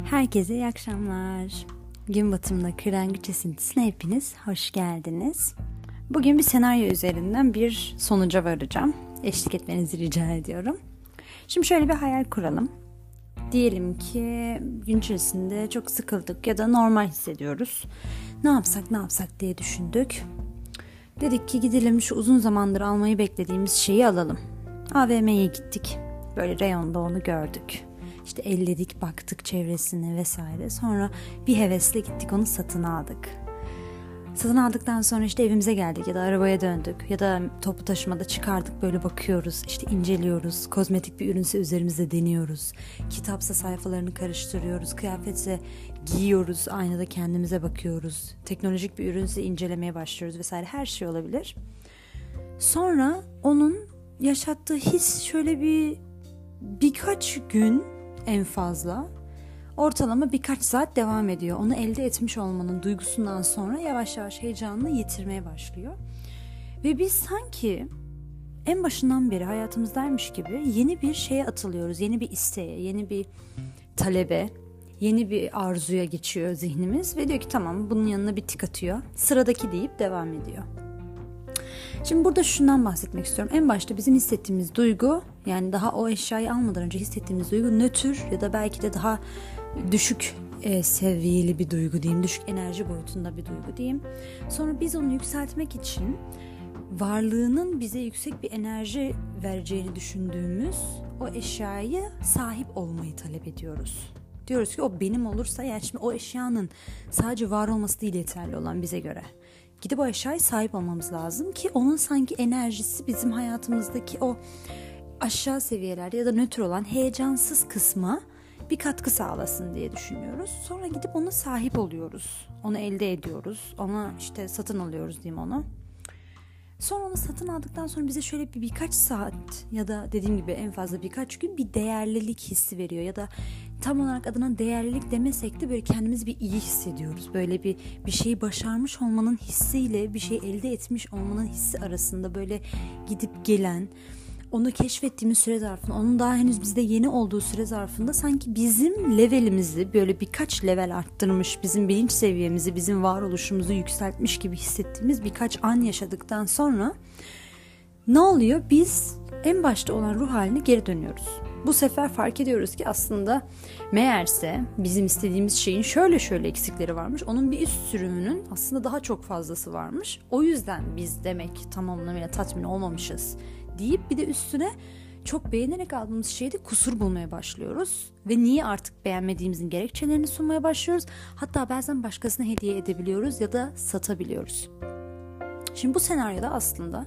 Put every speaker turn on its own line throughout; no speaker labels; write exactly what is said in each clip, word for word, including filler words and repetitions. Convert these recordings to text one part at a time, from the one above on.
Herkese iyi akşamlar. Gün batımında kırlangıç esintisine hepiniz hoş geldiniz. Bugün bir senaryo üzerinden bir sonuca varacağım. Eşlik etmenizi rica ediyorum. Şimdi şöyle bir hayal kuralım. Diyelim ki gün içerisinde çok sıkıldık ya da normal hissediyoruz. Ne yapsak ne yapsak diye düşündük. Dedik ki gidelim şu uzun zamandır almayı beklediğimiz şeyi alalım. A V M'ye gittik. Böyle reyonda onu gördük. İşte elledik, baktık çevresine vesaire. Sonra bir hevesle gittik, onu satın aldık. Satın aldıktan sonra işte evimize geldik ya da arabaya döndük. Ya da toplu taşımada çıkardık, böyle bakıyoruz, işte inceliyoruz. Kozmetik bir ürünse üzerimizde deniyoruz. Kitapsa sayfalarını karıştırıyoruz. Kıyafetse giyiyoruz, aynada kendimize bakıyoruz. Teknolojik bir ürünse incelemeye başlıyoruz vesaire, her şey olabilir. Sonra onun yaşattığı his şöyle bir birkaç gün, en fazla ortalama birkaç saat devam ediyor. Onu elde etmiş olmanın duygusundan sonra yavaş yavaş heyecanını yitirmeye başlıyor. Ve biz sanki en başından beri hayatımızdaymış gibi yeni bir şeye atılıyoruz. Yeni bir isteğe, yeni bir talebe, yeni bir arzuya geçiyor zihnimiz. Ve diyor ki tamam, bunun yanına bir tik atıyor. Sıradaki deyip devam ediyor. Şimdi burada şundan bahsetmek istiyorum. En başta bizim hissettiğimiz duygu, yani daha o eşyayı almadan önce hissettiğimiz duygu nötr ya da belki de daha düşük e, seviyeli bir duygu diyeyim. Düşük enerji boyutunda bir duygu diyeyim. Sonra biz onu yükseltmek için varlığının bize yüksek bir enerji vereceğini düşündüğümüz o eşyayı sahip olmayı talep ediyoruz. Diyoruz ki o benim olursa, yani şimdi o eşyanın sadece var olması değil yeterli olan bize göre. Gidip o eşyaya sahip olmamız lazım ki onun sanki enerjisi bizim hayatımızdaki o aşağı seviyelerde ya da nötr olan heyecansız kısma bir katkı sağlasın diye düşünüyoruz. Sonra gidip ona sahip oluyoruz. Onu elde ediyoruz. Ona işte satın alıyoruz diyeyim onu. Sonra onu satın aldıktan sonra bize şöyle bir birkaç saat ya da dediğim gibi en fazla birkaç gün bir değerlilik hissi veriyor. Ya da tam olarak adına değerlilik demesek de böyle kendimizi bir iyi hissediyoruz. Böyle bir bir şeyi başarmış olmanın hissiyle bir şey elde etmiş olmanın hissi arasında böyle gidip gelen, onu keşfettiğimiz süre zarfında, onun daha henüz bizde yeni olduğu süre zarfında sanki bizim levelimizi böyle birkaç level arttırmış, bizim bilinç seviyemizi, bizim varoluşumuzu yükseltmiş gibi hissettiğimiz birkaç an yaşadıktan sonra ne oluyor? Biz en başta olan ruh haline geri dönüyoruz. Bu sefer fark ediyoruz ki aslında meğerse bizim istediğimiz şeyin şöyle şöyle eksikleri varmış. Onun bir üst sürümünün aslında daha çok fazlası varmış. O yüzden biz demek tam anlamıyla tatmin olmamışız deyip bir de üstüne çok beğenerek aldığımız şeyde kusur bulmaya başlıyoruz. Ve niye artık beğenmediğimizin gerekçelerini sunmaya başlıyoruz. Hatta bazen başkasına hediye edebiliyoruz ya da satabiliyoruz. Şimdi bu senaryoda aslında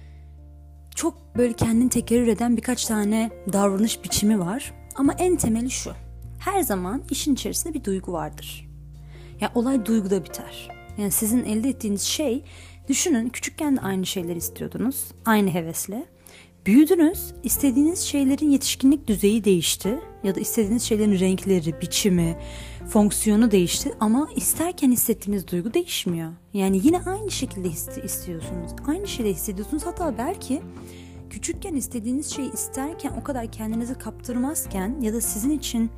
çok böyle kendini tekerrür eden birkaç tane davranış biçimi var. Ama en temeli şu: her zaman işin içerisinde bir duygu vardır. Yani olay duyguda biter. Yani sizin elde ettiğiniz şey, düşünün, küçükken de aynı şeyleri istiyordunuz. Aynı hevesle. Büyüdünüz, istediğiniz şeylerin yetişkinlik düzeyi değişti. Ya da istediğiniz şeylerin renkleri, biçimi, fonksiyonu değişti. Ama isterken hissettiğiniz duygu değişmiyor. Yani yine aynı şekilde istiyorsunuz. Aynı şeyi hissediyorsunuz. Hatta belki küçükken istediğiniz şeyi isterken o kadar kendinizi kaptırmazken ya da sizin için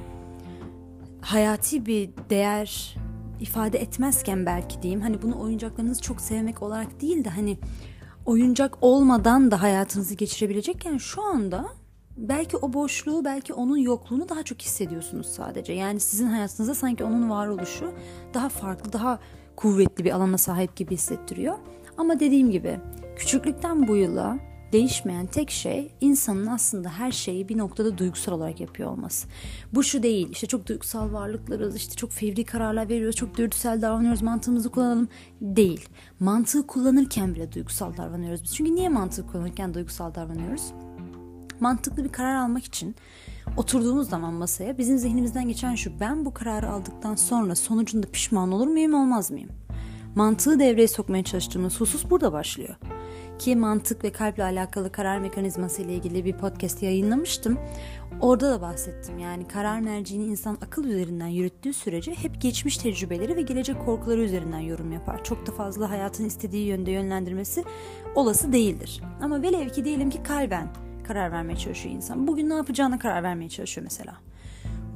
hayati bir değer ifade etmezken belki diyeyim. Hani bunu oyuncaklarınızı çok sevmek olarak değil de hani oyuncak olmadan da hayatınızı geçirebilecekken şu anda belki o boşluğu, belki onun yokluğunu daha çok hissediyorsunuz sadece. Yani sizin hayatınızda sanki onun varoluşu daha farklı, daha kuvvetli bir alana sahip gibi hissettiriyor. Ama dediğim gibi küçüklükten bu yıla değişmeyen tek şey insanın aslında her şeyi bir noktada duygusal olarak yapıyor olması. Bu şu değil, işte çok duygusal varlıklarız, işte çok fevri kararlar veriyoruz, çok dürtüsel davranıyoruz, mantığımızı kullanalım değil. Mantığı kullanırken bile duygusal davranıyoruz biz. Çünkü niye mantığı kullanırken duygusal davranıyoruz? Mantıklı bir karar almak için oturduğumuz zaman masaya bizim zihnimizden geçen şu: ben bu kararı aldıktan sonra sonucunda pişman olur muyum, olmaz mıyım? Mantığı devreye sokmaya çalıştığımız husus burada başlıyor. Ki mantık ve kalple alakalı karar mekanizması ile ilgili bir podcast yayınlamıştım. Orada da bahsettim. Yani karar merciğini insan akıl üzerinden yürüttüğü sürece hep geçmiş tecrübeleri ve gelecek korkuları üzerinden yorum yapar. Çok da fazla hayatın istediği yönde yönlendirmesi olası değildir. Ama velev ki diyelim ki kalben karar vermeye çalışıyor insan. Bugün ne yapacağına karar vermeye çalışıyor mesela.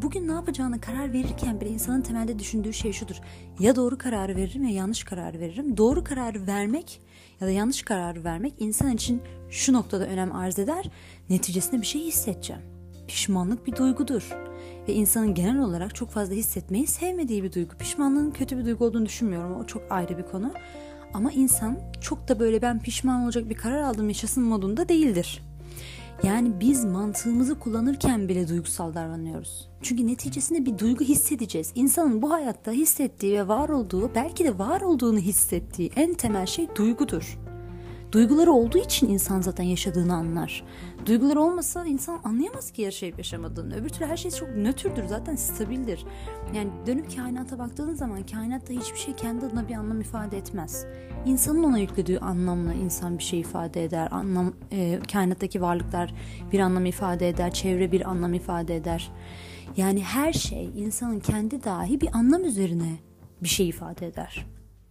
bugün ne yapacağına karar verirken bile insanın temelde düşündüğü şey şudur. Ya doğru kararı veririm ya yanlış kararı veririm. Doğru kararı vermek ya da yanlış kararı vermek insan için şu noktada önem arz eder. Neticesinde bir şey hissedeceğim. Pişmanlık bir duygudur. Ve insanın genel olarak çok fazla hissetmeyi sevmediği bir duygu. Pişmanlığın kötü bir duygu olduğunu düşünmüyorum. O çok ayrı bir konu. Ama insan çok da böyle ben pişman olacak bir karar aldım yaşasın modunda değildir. Yani biz mantığımızı kullanırken bile duygusal davranıyoruz. Çünkü neticesinde bir duygu hissedeceğiz. İnsanın bu hayatta hissettiği ve var olduğu, belki de var olduğunu hissettiği en temel şey duygudur. Duyguları olduğu için insan zaten yaşadığını anlar. Duyguları olmasa insan anlayamaz ki yaşayıp yaşamadığını. Öbür türlü her şey çok nötrdür, zaten stabildir. Yani dönüp kainata baktığınız zaman kainatta hiçbir şey kendi adına bir anlam ifade etmez. İnsanın ona yüklediği anlamla insan bir şey ifade eder. Anlam, e, kainattaki varlıklar bir anlam ifade eder. Çevre bir anlam ifade eder. Yani her şey insanın kendi dahi bir anlam üzerine bir şey ifade eder.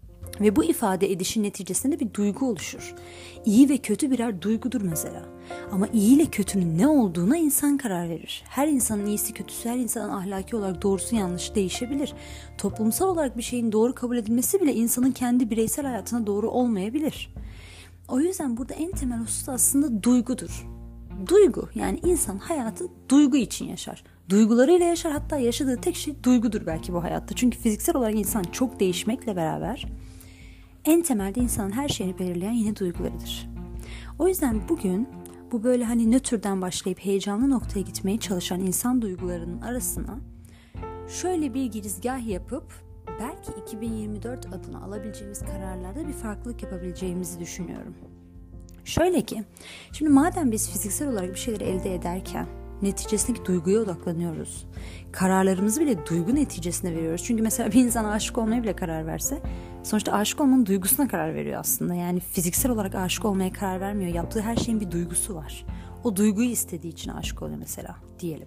Ve bu ifade edişin neticesinde bir duygu oluşur. İyi ve kötü birer duygudur mesela. Ama iyi ile kötünün ne olduğuna insan karar verir. Her insanın iyisi kötüsü, her insanın ahlaki olarak doğrusu yanlışı değişebilir. Toplumsal olarak bir şeyin doğru kabul edilmesi bile insanın kendi bireysel hayatına doğru olmayabilir. O yüzden burada en temel husus aslında duygudur. Duygu, yani insan hayatı duygu için yaşar. Duygularıyla yaşar, hatta yaşadığı tek şey duygudur belki bu hayatta. Çünkü fiziksel olarak insan çok değişmekle beraber en temelde insanın her şeyini belirleyen yine duygularıdır. O yüzden bugün bu böyle hani nötrden başlayıp heyecanlı noktaya gitmeye çalışan insan duygularının arasına şöyle bir girizgah yapıp belki iki bin yirmi dört adına alabileceğimiz kararlarda bir farklılık yapabileceğimizi düşünüyorum. Şöyle ki, şimdi madem biz fiziksel olarak bir şeyleri elde ederken neticesindeki duyguya odaklanıyoruz. Kararlarımızı bile duygu neticesinde veriyoruz. Çünkü mesela bir insan aşık olmaya bile karar verse sonuçta aşık olmanın duygusuna karar veriyor aslında. Yani fiziksel olarak aşık olmaya karar vermiyor. Yaptığı her şeyin bir duygusu var. O duyguyu istediği için aşık oluyor mesela diyelim.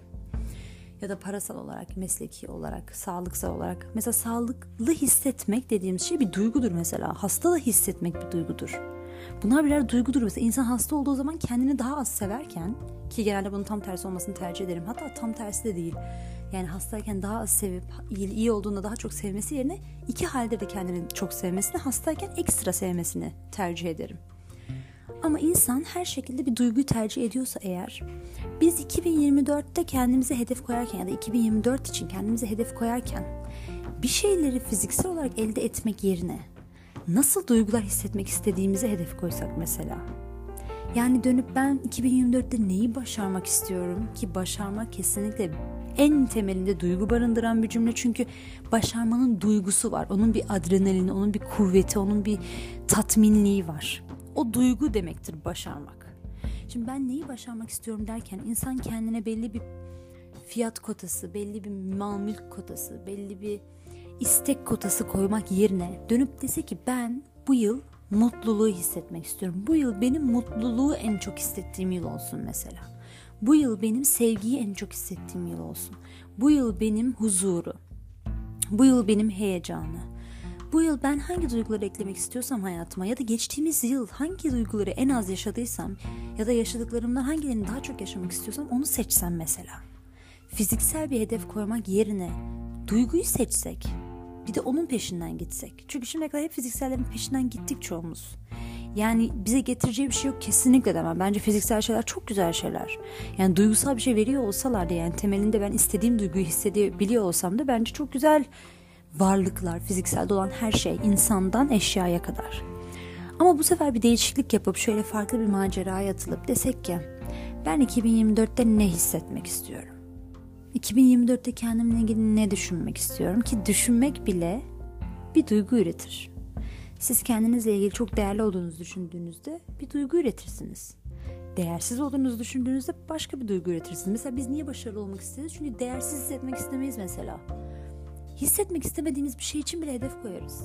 Ya da parasal olarak, mesleki olarak, sağlıksal olarak. Mesela sağlıklı hissetmek dediğimiz şey bir duygudur mesela. Hasta da hissetmek bir duygudur. Bunlar birer duygudur. Mesela insan hasta olduğu zaman kendini daha az severken, ki genelde bunun tam tersi olmasını tercih ederim. Hatta tam tersi de değil. Yani hastayken daha az sevip iyi, iyi olduğunda daha çok sevmesi yerine iki halde de kendini çok sevmesini, hastayken ekstra sevmesini tercih ederim. Ama insan her şekilde bir duyguyu tercih ediyorsa eğer, biz iki bin yirmi dörtte kendimize hedef koyarken ya da iki bin yirmi dört için kendimize hedef koyarken bir şeyleri fiziksel olarak elde etmek yerine nasıl duygular hissetmek istediğimize hedef koysak mesela. Yani dönüp ben iki bin yirmi dörtte neyi başarmak istiyorum ki başarmak kesinlikle en temelinde duygu barındıran bir cümle. Çünkü başarmanın duygusu var. Onun bir adrenalini, onun bir kuvveti, onun bir tatminliği var. O duygu demektir başarmak. Şimdi ben neyi başarmak istiyorum derken insan kendine belli bir fiyat kotası, belli bir mal mülk kotası, belli bir istek kotası koymak yerine dönüp dese ki ben bu yıl mutluluğu hissetmek istiyorum. Bu yıl benim mutluluğu en çok hissettiğim yıl olsun mesela. Bu yıl benim sevgiyi en çok hissettiğim yıl olsun. Bu yıl benim huzuru. Bu yıl benim heyecanı. Bu yıl ben hangi duyguları eklemek istiyorsam hayatıma ya da geçtiğimiz yıl hangi duyguları en az yaşadıysam ya da yaşadıklarımdan hangilerini daha çok yaşamak istiyorsam onu seçsem mesela. Fiziksel bir hedef koymak yerine duyguyu seçsek, bir de onun peşinden gitsek. Çünkü şimdiye kadar hep fiziksellerin peşinden gittik çoğumuz. Yani bize getireceği bir şey yok kesinlikle demem. Bence fiziksel şeyler çok güzel şeyler. Yani duygusal bir şey veriyor olsalar da, yani temelinde ben istediğim duyguyu hissedebiliyor olsam da bence çok güzel varlıklar, fizikselde olan her şey, insandan eşyaya kadar. Ama bu sefer bir değişiklik yapıp şöyle farklı bir maceraya atılıp desek ki ben iki bin yirmi dörtte ne hissetmek istiyorum? iki bin yirmi dörtte kendimle ilgili ne düşünmek istiyorum ki düşünmek bile bir duygu üretir. Siz kendinizle ilgili çok değerli olduğunuzu düşündüğünüzde bir duygu üretirsiniz. Değersiz olduğunuzu düşündüğünüzde başka bir duygu üretirsiniz. Mesela biz niye başarılı olmak isteriz? Çünkü değersiz hissetmek istemeyiz mesela. Hissetmek istemediğimiz bir şey için bile hedef koyarız.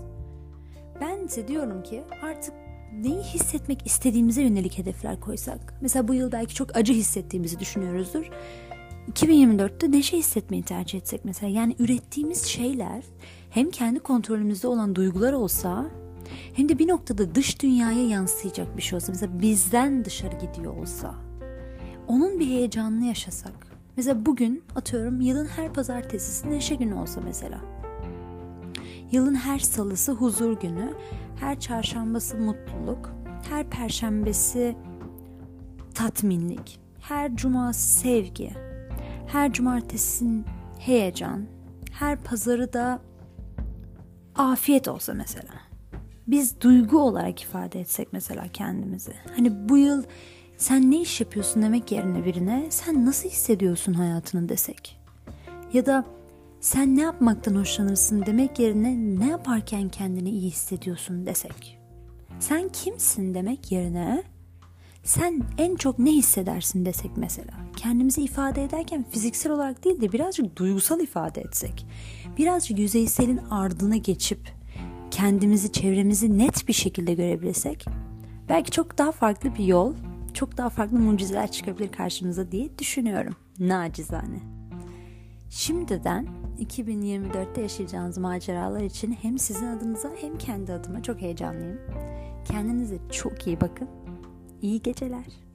Ben ise diyorum ki artık neyi hissetmek istediğimize yönelik hedefler koysak. Mesela bu yıl belki çok acı hissettiğimizi düşünüyoruzdur. iki bin yirmi dörtte neşe hissetmeyi tercih etsek mesela. Yani ürettiğimiz şeyler hem kendi kontrolümüzde olan duygular olsa hem de bir noktada dış dünyaya yansıyacak bir şey olsa. Mesela bizden dışarı gidiyor olsa. Onun bir heyecanını yaşasak. Mesela bugün atıyorum yılın her pazartesisi neşe günü olsa mesela. Yılın her salısı huzur günü, her çarşambası mutluluk, her perşembesi tatminlik, her cuması sevgi, her cumartesi heyecan, her pazarı da afiyet olsa mesela. Biz duygu olarak ifade etsek mesela kendimizi. Hani bu yıl sen ne iş yapıyorsun demek yerine birine sen nasıl hissediyorsun hayatını desek. Ya da sen ne yapmaktan hoşlanırsın demek yerine ne yaparken kendini iyi hissediyorsun desek. Sen kimsin demek yerine sen en çok ne hissedersin desek mesela. Kendimizi ifade ederken fiziksel olarak değil de birazcık duygusal ifade etsek. Birazcık yüzeyselin ardına geçip kendimizi, çevremizi net bir şekilde görebilsek. Belki çok daha farklı bir yol, çok daha farklı mucizeler çıkabilir karşımıza diye düşünüyorum. Nacizane. Şimdiden iki bin yirmi dörtte yaşayacağınız maceralar için hem sizin adınıza hem kendi adıma çok heyecanlıyım. Kendinize çok iyi bakın. İyi geceler.